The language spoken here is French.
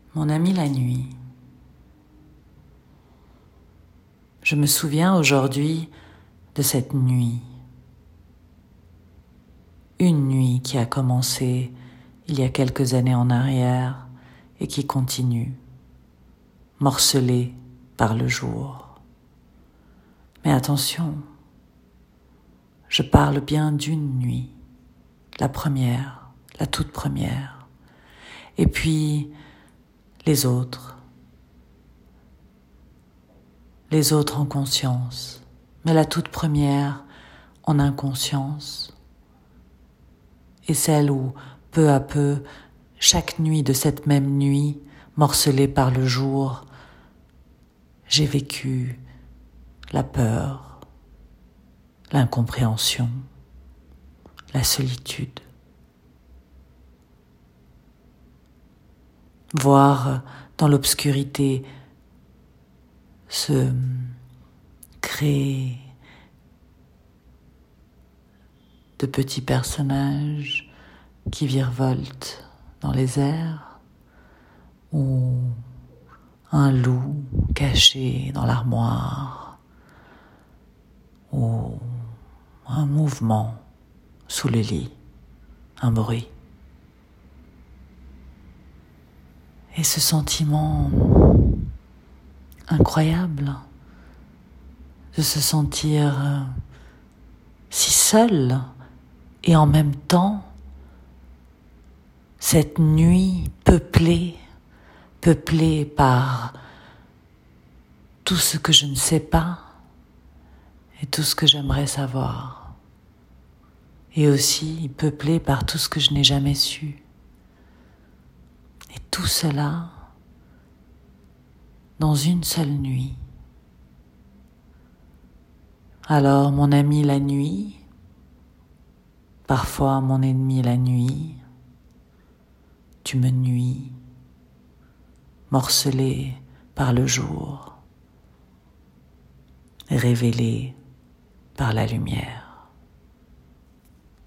Mon ami la nuit. Je me souviens aujourd'hui de cette nuit. Une nuit qui a commencé il y a quelques années en arrière et qui continue, morcelée par le jour. Mais attention, je parle bien d'une nuit, la première, la toute première, et puis les autres en conscience, mais la toute première en inconscience, et celle où, peu à peu, chaque nuit de cette même nuit, morcelée par le jour, j'ai vécu la peur, l'incompréhension, la solitude. Voir dans l'obscurité se créer de petits personnages qui virevoltent dans les airs, ou un loup caché dans l'armoire, ou un mouvement sous le lit, un bruit. Et ce sentiment incroyable de se sentir si seul, et en même temps cette nuit peuplée par tout ce que je ne sais pas et tout ce que j'aimerais savoir, et aussi peuplée par tout ce que je n'ai jamais su. Et tout cela dans une seule nuit. Alors, mon ami la nuit, parfois mon ennemi la nuit, tu me nuis, morcelé par le jour, révélé par la lumière.